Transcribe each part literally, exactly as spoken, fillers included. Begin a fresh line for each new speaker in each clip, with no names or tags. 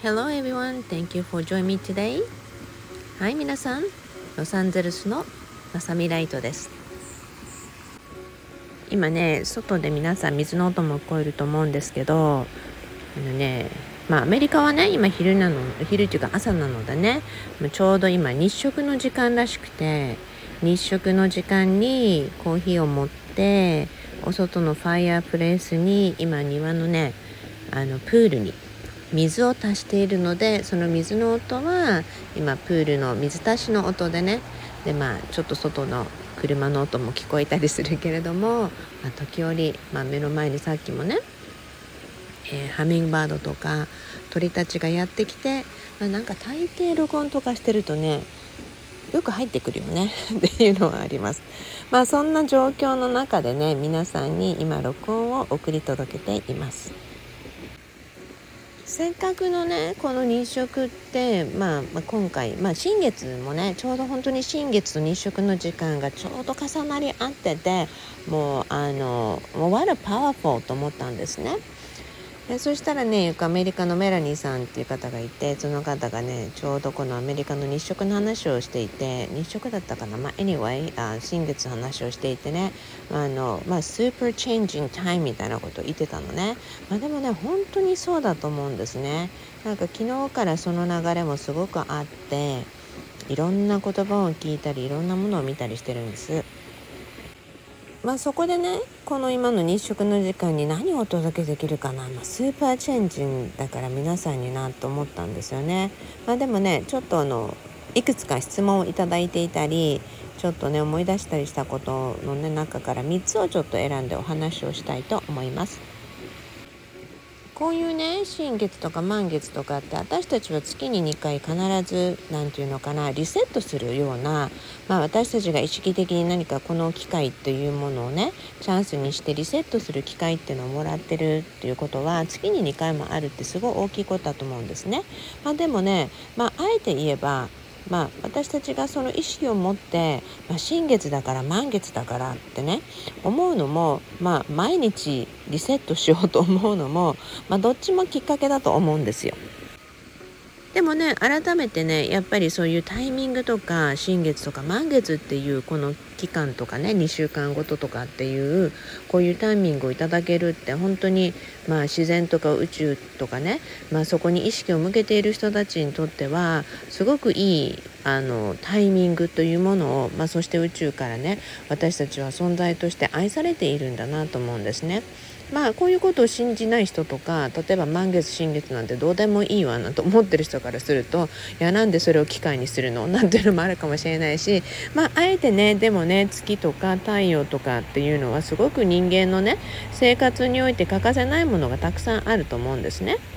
Hello everyone, thank you for joining me today. はい、皆さん、ロサンゼルスのまさみライトです。今ね、外で皆さん水の音も聞こえると思うんですけど、あのね、まあアメリカはね、今昼なの、昼っていうか朝なのでね、ちょうど今日食の時間らしくて、日食の時間にコーヒーを持って、お外のファイアープレイスに今庭のね、あのプールに水を足しているので、その水の音は今プールの水足しの音でね、でまあちょっと外の車の音も聞こえたりするけれども、まあ、時折、まあ、目の前にさっきもね、えー、ハミングバードとか鳥たちがやってきて、まあ、なんか大抵録音とかしてるとねよく入ってくるよねっていうのはあります。まあそんな状況の中でね、皆さんに今録音を送り届けています。せっかくのねこの日食って、まあ、まあ今回、まあ、新月もねちょうど本当に新月と日食の時間がちょうど重なり合ってて、もうあのもう What a powerful と思ったんですね。でそしたらね、よくアメリカのメラニーさんっていう方がいて、その方がねちょうどこのアメリカの日食の話をしていて、日食だったかな、まあ anyway あ新月の話をしていてね、あのまあ super changing time みたいなことを言ってたのね。まあでもね本当にそうだと思うんですね。なんか昨日からその流れもすごくあって、いろんな言葉を聞いたりいろんなものを見たりしてるんです。まあそこでね、この今の日食の時間に何をお届けできるかな、まあ、スーパーチェンジンだから皆さんになと思ったんですよね。まあでもね、ちょっとあのいくつか質問をいただいていたり、ちょっとね思い出したりしたことの、ね、中からみっつをちょっと選んでお話をしたいと思います。こういうね新月とか満月とかって私たちは月ににかい必ずなんていうのかなリセットするような、まあ、私たちが意識的に何かこの機会というものをねチャンスにしてリセットする機会っていうのをもらってるっていうことは月ににかいもあるってすごい大きいことだと思うんですね。まあ、でもね、まあ、あえて言えばまあ、私たちがその意識を持って、まあ、新月だから満月だからってね思うのも、まあ、毎日リセットしようと思うのも、まあ、どっちもきっかけだと思うんですよ。でもね改めてねやっぱりそういうタイミングとか新月とか満月っていうこの期間とかねにしゅうかんごととかっていうこういうタイミングをいただけるって本当にまあ自然とか宇宙とかね、まあ、そこに意識を向けている人たちにとってはすごくいいあのタイミングというものを、まあ、そして宇宙からね私たちは存在として愛されているんだなと思うんですね。まあこういうことを信じない人とか、例えば満月新月なんてどうでもいいわなと思ってる人からすると、いやなんでそれを機会にするのなんていうのもあるかもしれないし、まああえてねでもね月とか太陽とかっていうのはすごく人間のね生活において欠かせないものがたくさんあると思うんですね。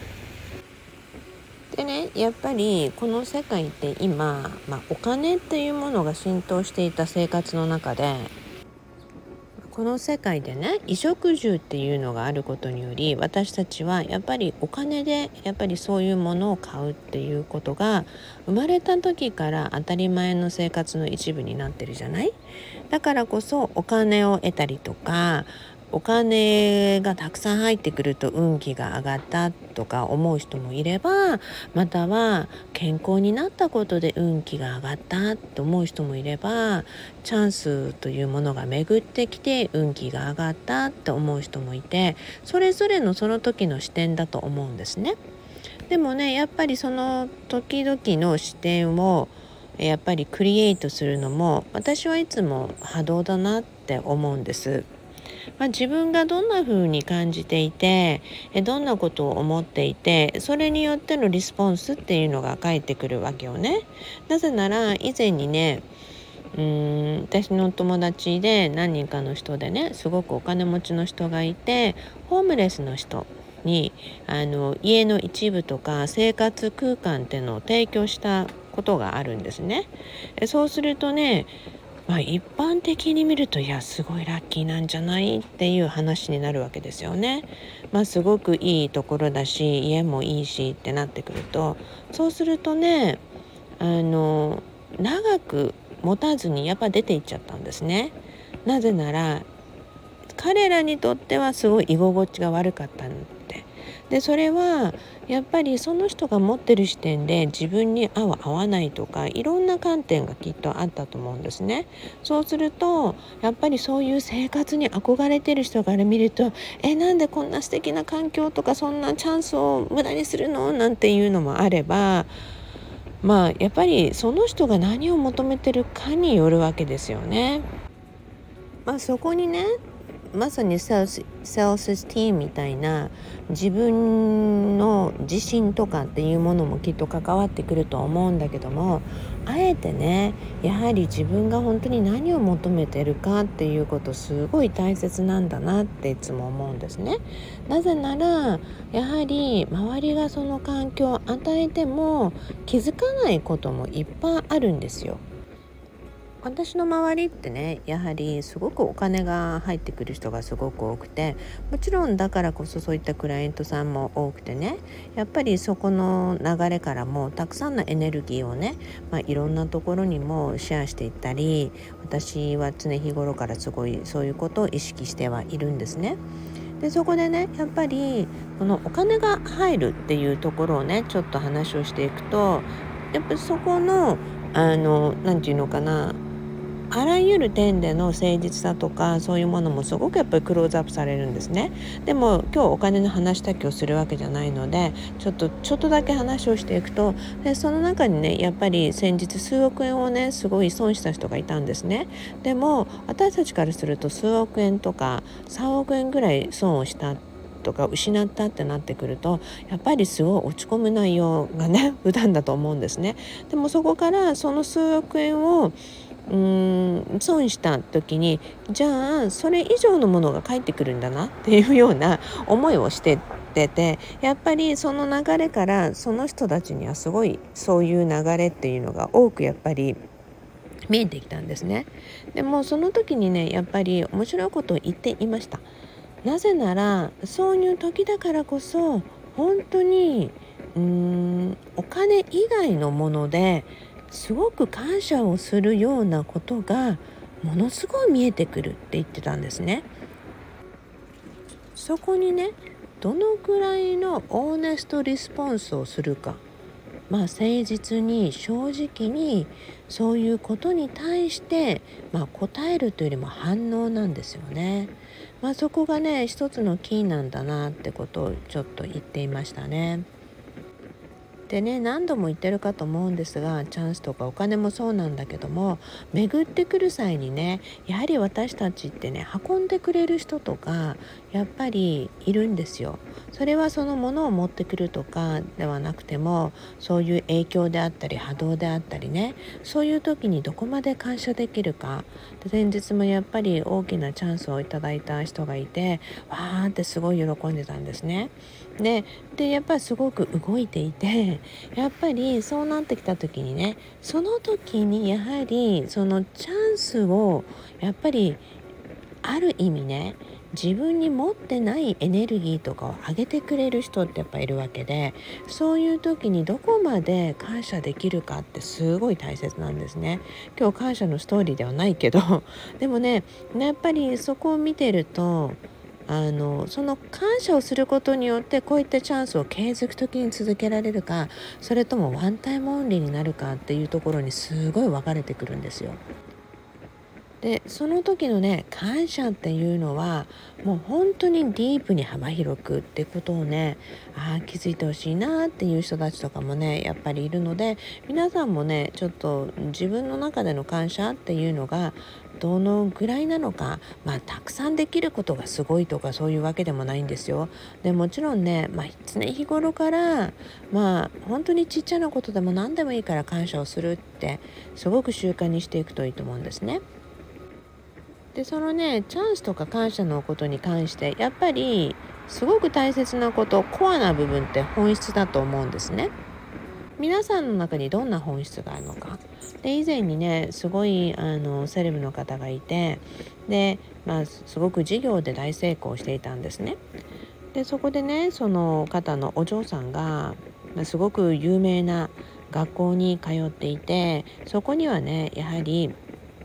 でねやっぱりこの世界って今、まあ、お金っていうものが浸透していた生活の中で、この世界でね衣食住っていうのがあることにより、私たちはやっぱりお金でやっぱりそういうものを買うっていうことが生まれた時から当たり前の生活の一部になってるじゃない。だからこそお金を得たりとか、お金がたくさん入ってくると運気が上がったとか思う人もいれば、または健康になったことで運気が上がったと思う人もいれば、チャンスというものが巡ってきて運気が上がったって思う人もいて、それぞれのその時の視点だと思うんですね。でもねやっぱりその時々の視点をやっぱりクリエイトするのも私はいつも波動だなって思うんです。まあ、自分がどんな風に感じていてどんなことを思っていて、それによってのリスポンスっていうのが返ってくるわけよね。なぜなら以前にねうーん私の友達で何人かの人でねすごくお金持ちの人がいて、ホームレスの人にあの家の一部とか生活空間っていうのを提供したことがあるんですね。そうするとね、まあ、一般的に見るといやすごいラッキーなんじゃないっていう話になるわけですよね。まあすごくいいところだし家もいいしってなってくると、そうするとねあの長く持たずにやっぱ出ていっちゃったんですね。なぜなら彼らにとってはすごい居心地が悪かったんで、 でそれはやっぱりその人が持ってる視点で自分に合う合わないとかいろんな観点がきっとあったと思うんですね。そうするとやっぱりそういう生活に憧れてる人から見るとえなんでこんな素敵な環境とかそんなチャンスを無駄にするのなんていうのもあれば、まあやっぱりその人が何を求めてるかによるわけですよね。まあそこにねまさにセルス、セルススティーみたいな自分の自信とかっていうものもきっと関わってくると思うんだけども、あえてねやはり自分が本当に何を求めてるかっていうことすごい大切なんだなっていつも思うんですね。なぜならやはり周りがその環境を与えても気づかないこともいっぱいあるんですよ。私の周りってねやはりすごくお金が入ってくる人がすごく多くて、もちろんだからこそそういったクライアントさんも多くてね、やっぱりそこの流れからもたくさんのエネルギーをね、まあ、いろんなところにもシェアしていったり、私は常日頃からすごいそういうことを意識してはいるんですね。でそこでねやっぱりこのお金が入るっていうところをねちょっと話をしていくと、やっぱりそこのあのなんていうのかな、あらゆる点での誠実さとかそういうものもすごくやっぱりクローズアップされるんですね。でも今日お金の話だけをするわけじゃないのでちょっとちょっとだけ話をしていくと、でその中にねやっぱり先日数億円をねすごい損した人がいたんですね。でも私たちからすると数億円とかさんおくえんぐらい損をしたとか失ったってなってくるとやっぱりすごい落ち込む内容がね普段だと思うんですね。でもそこからその数億円をうーん損した時にじゃあそれ以上のものが返ってくるんだなっていうような思いをしてってて、やっぱりその流れからその人たちにはすごいそういう流れっていうのが多くやっぱり見えてきたんですね。でもその時にねやっぱり面白いことを言っていました。なぜならそういう時だからこそ本当にうーんお金以外のものですごく感謝をするようなことがものすごい見えてくるって言ってたんですね。そこにねどのくらいのオーネストリスポンスをするか、まあ誠実に正直にそういうことに対して、まあ、答えるというよりも反応なんですよね。まあ、そこがね一つのキーなんだなってことをちょっと言っていましたね。でね何度も言ってるかと思うんですが、チャンスとかお金もそうなんだけども巡ってくる際にねやはり私たちってね運んでくれる人とかやっぱりいるんですよ。それはそのものを持ってくるとかではなくてもそういう影響であったり波動であったりね、そういう時にどこまで感謝できるか。で先日もやっぱり大きなチャンスをいただいた人がいてわーってすごい喜んでたんですね。ででやっぱりすごく動いていて、やっぱりそうなってきた時にねその時にやはりそのチャンスをやっぱりある意味ね自分に持ってないエネルギーとかを上げてくれる人ってやっぱいるわけで、そういう時にどこまで感謝できるかってすごい大切なんですね。今日感謝のストーリーではないけどでもねやっぱりそこを見てるとあのその感謝をすることによってこういったチャンスを継続的に続けられるか、それともワンタイムオンリーになるかっていうところにすごい分かれてくるんですよ。でその時のね感謝っていうのはもう本当にディープに幅広くってことをねあー気づいてほしいなっていう人たちとかもねやっぱりいるので、皆さんもねちょっと自分の中での感謝っていうのがどのぐらいなのか、まあたくさんできることがすごいとかそういうわけでもないんですよ。でもちろんね、まあ、常日頃からまあ本当にちっちゃなことでも何でもいいから感謝をするってすごく習慣にしていくといいと思うんですね。でそのねチャンスとか感謝のことに関してやっぱりすごく大切なこと、コアな部分って本質だと思うんですね。皆さんの中にどんな本質があるのか。で以前にねすごいあのセレブの方がいて、で、まあ、すごく事業で大成功していたんですね。でそこでねその方のお嬢さんがまあすごく有名な学校に通っていて、そこにはねやはり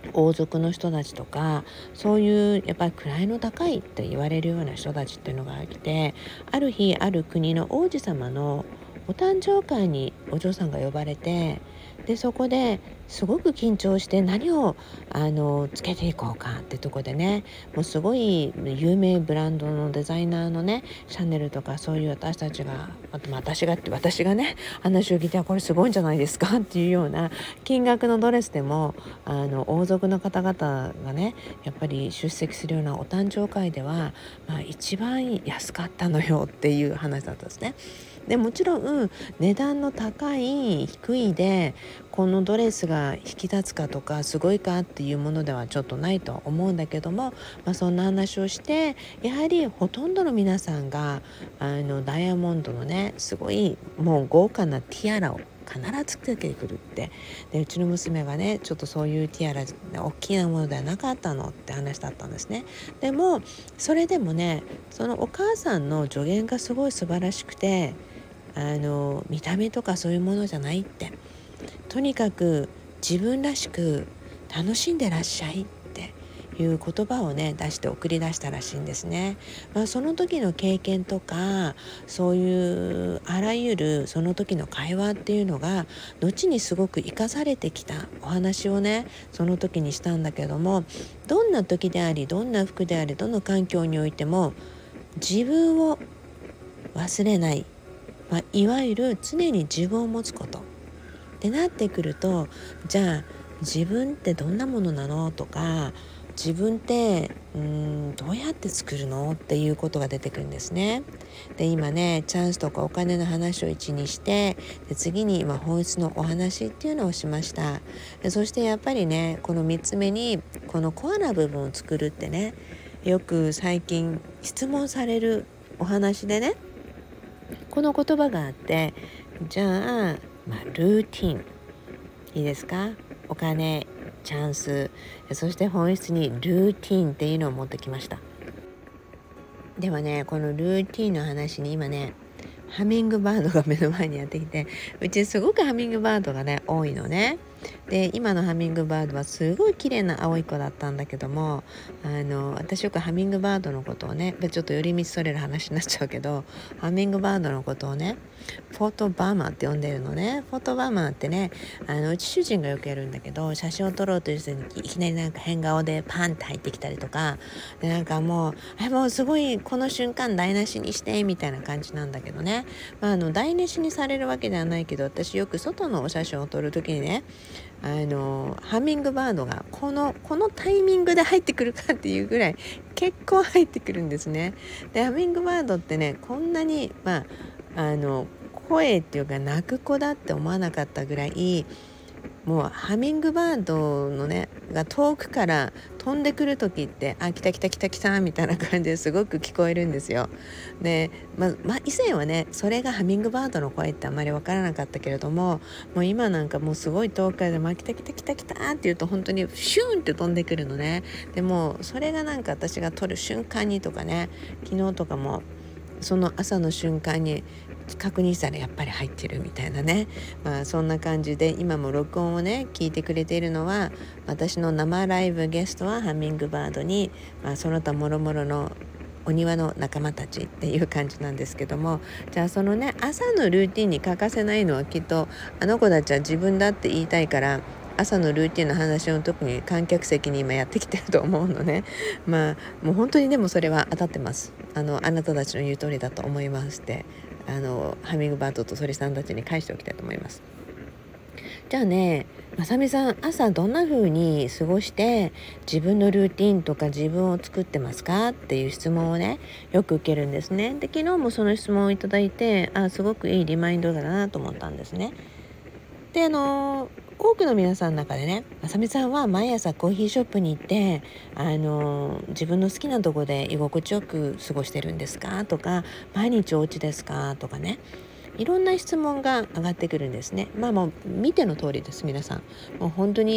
王族の人たちとか、そういうやっぱり位の高いって言われるような人たちっていうのがいて、ある日ある国の王子様のお誕生会にお嬢さんが呼ばれて、でそこですごく緊張して何をあのつけていこうかってとこでね、もうすごい有名ブランドのデザイナーのね、シャネルとかそういう私たちが、あと私がって私がね話を聞いて、これすごいんじゃないですかっていうような金額のドレスでも、あの王族の方々がねやっぱり出席するようなお誕生会では、まあ、一番安かったのよっていう話だったんですね。でもちろん値段の高い低いでこのドレスが引き立つかとかすごいかっていうものではちょっとないとは思うんだけども、まあ、そんな話をして、やはりほとんどの皆さんがあのダイヤモンドのねすごいもう豪華なティアラを必ずつけてくるって。でうちの娘がねちょっとそういうティアラ大きなものではなかったのって話だったんですね。でもそれでもね、そのお母さんの助言がすごい素晴らしくて、あの見た目とかそういうものじゃないって、とにかく自分らしく楽しんでらっしゃいっていう言葉をね出して送り出したらしいんですね。まあ、その時の経験とかそういうあらゆるその時の会話っていうのが後にすごく生かされてきたお話をねその時にしたんだけども、どんな時でありどんな服でありどの環境においても自分を忘れない、まあ、いわゆる常に自分を持つことってなってくると、じゃあ自分ってどんなものなのとか、自分ってうーんどうやって作るのっていうことが出てくるんですね。で今ねチャンスとかお金の話をいちにして、で次に今本質のお話っていうのをしました。でそしてやっぱりねこのみっつめにこのコアな部分を作るってね、よく最近質問されるお話でね、この言葉があって、じゃあ、まあ、ルーティンいいですか、お金、チャンス、そして本質にルーティンっていうのを持ってきました。ではねこのルーティンの話に今ねハミングバードが目の前にやってきて、うちすごくハミングバードがね多いのね。で今のハミングバードはすごい綺麗な青い子だったんだけども、あの私よくハミングバードのことをね、ちょっと寄り道それる話になっちゃうけど、ハミングバードのことをねフォトバーマーって呼んでるのね。フォトバーマーってね、あのうち主人がよくやるんだけど、写真を撮ろうという人にいきなりなんか変顔でパンって入ってきたりとかで、なんかもうあもうすごいこの瞬間台無しにしてみたいな感じなんだけどね、まあ、あの台無しにされるわけではないけど、私よく外のお写真を撮るときにね、あのハミングバードがこのこのタイミングで入ってくるかっていうぐらい結構入ってくるんですね。でハミングバードってねこんなにまああの声っていうか鳴く子だって思わなかったぐらい、もうハミングバードのねが遠くから飛んでくる時って、あ来た来た来た来たみたいな感じですごく聞こえるんですよ。で、まま以前はねそれがハミングバードの声ってあんまり分からなかったけれども、もう今なんかもうすごい遠くからで、まあ、来た来た来た来たって言うと本当にシューンって飛んでくるのね。でもそれがなんか私が撮る瞬間にとかね、昨日とかもその朝の瞬間に確認したらやっぱり入ってるみたいなね、まあそんな感じで今も録音をね聞いてくれているのは、私の生ライブゲストはハミングバードに、まあ、その他もろもろのお庭の仲間たちっていう感じなんですけども、じゃあそのね朝のルーティンに欠かせないのはきっとあの子たちは自分だって言いたいから、朝のルーティンの話を特に観客席に今やってきてると思うのね。まあもう本当にでもそれは当たってます。あのあなたたちの言う通りだと思いますって、あのハミングバードと鳥さんたちに返しておきたいと思います。じゃあねまさみさん、朝どんな風に過ごして自分のルーティンとか自分を作ってますかっていう質問をねよく受けるんですね。で昨日もその質問をいただいて、あすごくいいリマインドだなと思ったんですね。であの多くの皆さんの中でね、まさみさんは毎朝コーヒーショップに行ってあの自分の好きなとこで居心地よく過ごしてるんですかとか、毎日お家ですかとかね、いろんな質問が上がってくるんですね。まあもう見ての通りです。皆さんもう本当に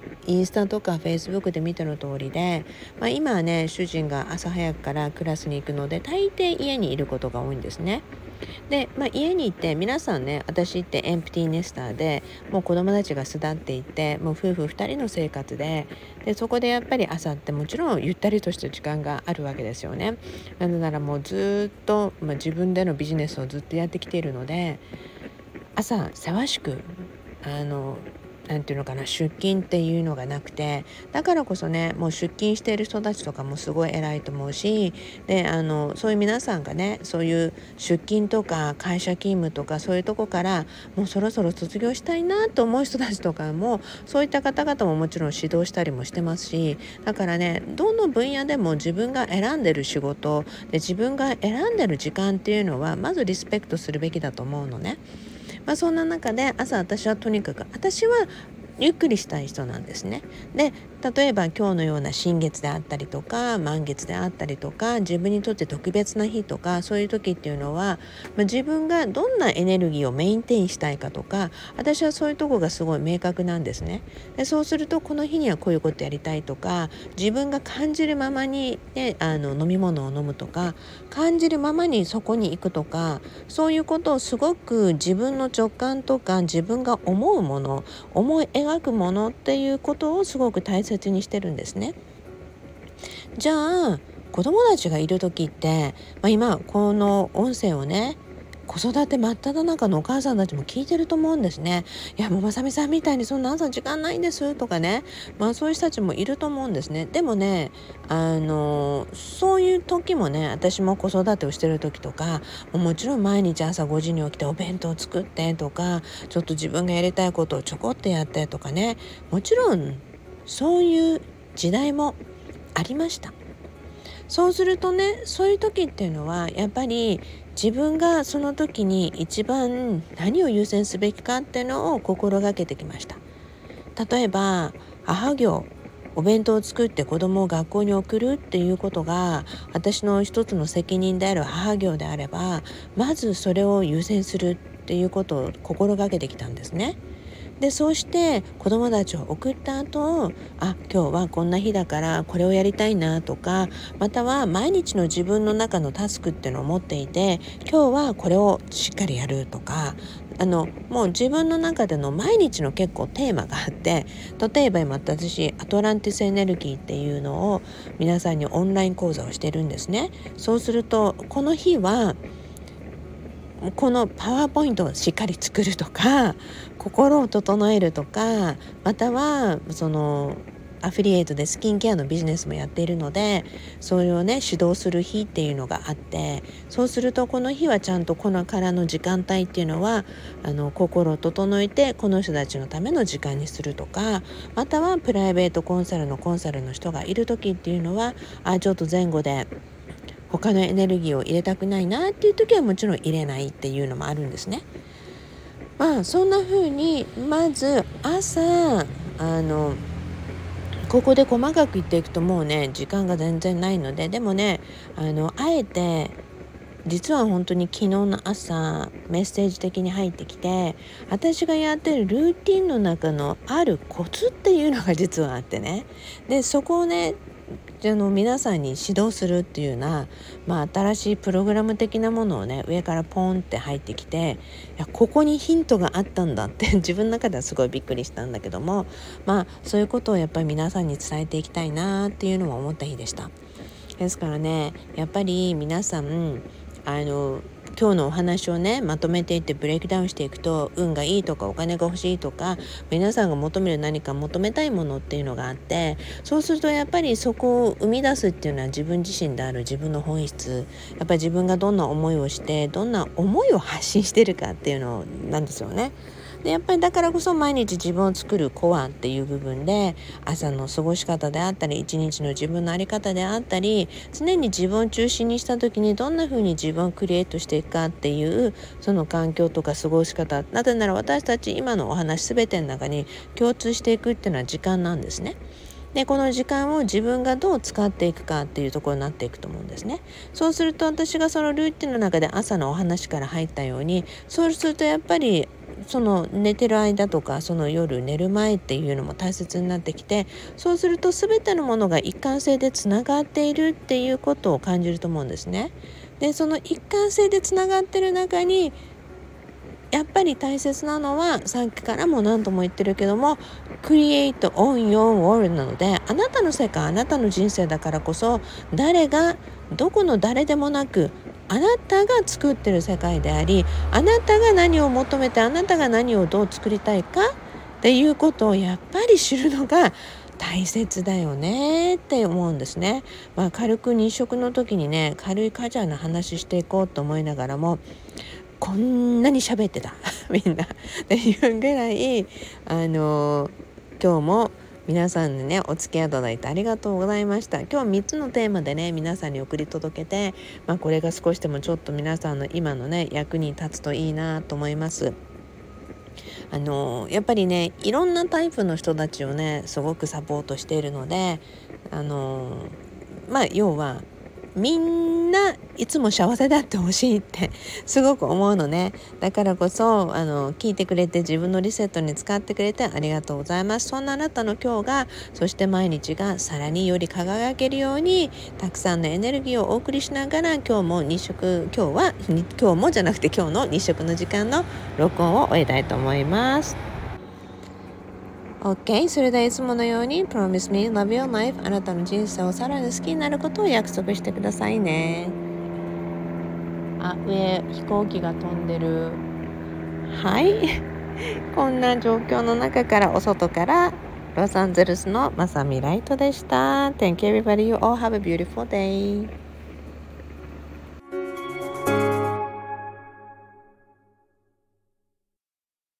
インスタとかフェイスブックで見ての通りで、まあ、今はね主人が朝早くからクラスに行くので大抵家にいることが多いんですね。で、まあ、家に行って皆さんね、私ってエンプティーネスターで、もう子供たちが巣立っていて、もう夫婦ふたりの生活で、でそこでやっぱり朝ってもちろんゆったりとした時間があるわけですよね。なぜならもうずっと、まあ、自分でのビジネスをずっとやってきているので、朝せわしくあのなんていうのかな、出勤っていうのがなくて、だからこそね、もう出勤している人たちとかもすごい偉いと思うし、であのそういう皆さんがね、そういう出勤とか会社勤務とかそういうとこからもうそろそろ卒業したいなと思う人たちとかも、そういった方々ももちろん指導したりもしてますし、だからね、どの分野でも自分が選んでる仕事で自分が選んでる時間っていうのはまずリスペクトするべきだと思うのね。まあ、そんな中で朝、私はとにかく私はゆっくりしたい人なんですね。で例えば今日のような新月であったりとか満月であったりとか、自分にとって特別な日とかそういう時っていうのは、まあ、自分がどんなエネルギーをメインテインしたいかとか、私はそういうとこがすごい明確なんですね。でそうするとこの日にはこういうことやりたいとか、自分が感じるままに、ね、あの飲み物を飲むとか、感じるままにそこに行くとか、そういうことをすごく自分の直感とか自分が思うもの、思い描くものっていうことをすごく大切にしてるんですね。じゃあ子供たちがいる時って、まあ、今この音声をね、子育て真っ只中のお母さんたちも聞いてると思うんですね。いやもうまさみさんみたいにそんな朝時間ないんですとかね、まあそういう人たちもいると思うんですね。でもね、あのそういう時もね、私も子育てをしてる時とか、もちろん毎日朝ごじに起きてお弁当を作ってとか、ちょっと自分がやりたいことをちょこってやってとかね、もちろんそういう時代もありました。そうするとね、そういう時っていうのはやっぱり自分がその時に一番何を優先すべきかっていうのを心がけてきました。例えば母業、お弁当を作って子供を学校に送るっていうことが私の一つの責任である母業であれば、まずそれを優先するっていうことを心がけてきたんですね。でそうして子どもたちを送った後、あ、今日はこんな日だからこれをやりたいなとか、または毎日の自分の中のタスクっていうのを持っていて、今日はこれをしっかりやるとか、あのもう自分の中での毎日の結構テーマがあって、例えば今私アトランティスエネルギーっていうのを皆さんにオンライン講座をしてるんですね。そうするとこの日はこのパワーポイントをしっかり作るとか、心を整えるとか、またはそのアフィリエイトでスキンケアのビジネスもやっているので、それをね指導する日っていうのがあって、そうするとこの日はちゃんとこのからの時間帯っていうのはあの心を整えてこの人たちのための時間にするとか、またはプライベートコンサルのコンサルの人がいる時っていうのは、あちょっと前後で他のエネルギーを入れたくないなっていう時はもちろん入れないっていうのもあるんですね。まあそんな風にまず朝あのここで細かく言っていくともうね時間が全然ないので、でもねあのあえて実は本当に昨日の朝メッセージ的に入ってきて、私がやってるルーティンの中のあるコツっていうのが実はあってね、でそこをねあの皆さんに指導するっていうような、まあ、新しいプログラム的なものをね上からポンって入ってきて、いやここにヒントがあったんだって自分の中ではすごいびっくりしたんだけども、まあそういうことをやっぱり皆さんに伝えていきたいなっていうのも思った日でした。ですからね、やっぱり皆さんあの今日のお話をねまとめていってブレイクダウンしていくと、運がいいとかお金が欲しいとか皆さんが求める何か求めたいものっていうのがあって、そうするとやっぱりそこを生み出すっていうのは自分自身である自分の本質、やっぱり自分がどんな思いをしてどんな思いを発信してるかっていうのなんですよね。でやっぱりだからこそ毎日自分を作るコアっていう部分で、朝の過ごし方であったり一日の自分の在り方であったり、常に自分を中心にした時にどんな風に自分をクリエイトしていくかっていうその環境とか過ごし方、なぜなら私たち今のお話全ての中に共通していくっていうのは時間なんですね。でこの時間を自分がどう使っていくかっていうところになっていくと思うんですね。そうすると私がそのルーティンの中で朝のお話から入ったように、そうするとやっぱりその寝てる間とかその夜寝る前っていうのも大切になってきて、そうすると全てのものが一貫性でつながっているっていうことを感じると思うんですね。でその一貫性でつながってる中にやっぱり大切なのは、さっきからも何度も言ってるけども Create on your world なので、あなたの世界、あなたの人生だからこそ、誰がどこの誰でもなくあなたが作ってる世界であり、あなたが何を求めて、あなたが何をどう作りたいかっていうことをやっぱり知るのが大切だよねって思うんですね。まあ、軽く日食の時にね、軽いカジュアルな話していこうと思いながらも、こんなに喋ってたみんなっていうぐらい、あの今日も皆さんにねお付き合いいただいてありがとうございました。今日みっつのテーマでね皆さんに送り届けて、まあ、これが少しでもちょっと皆さんの今のね役に立つといいなと思います。あのやっぱりねいろんなタイプの人たちをねすごくサポートしているので、あのまあ要はみんないつも幸せであってほしいってすごく思うのね。だからこそあの聞いてくれて、自分のリセットに使ってくれてありがとうございます。そんなあなたの今日が、そして毎日がさらにより輝けるように、たくさんのエネルギーをお送りしながら、今日も日食今日は今日もじゃなくて今日の日食の時間の録音を終えたいと思います。OK、 それではいつものように Promise me love your life、 あなたの人生をさらに好きになることを約束してくださいね。あ、上飛行機が飛んでる。はいこんな状況の中から、お外からロサンゼルスのまさみライトでした。 Thank you everybody, you all have a beautiful day.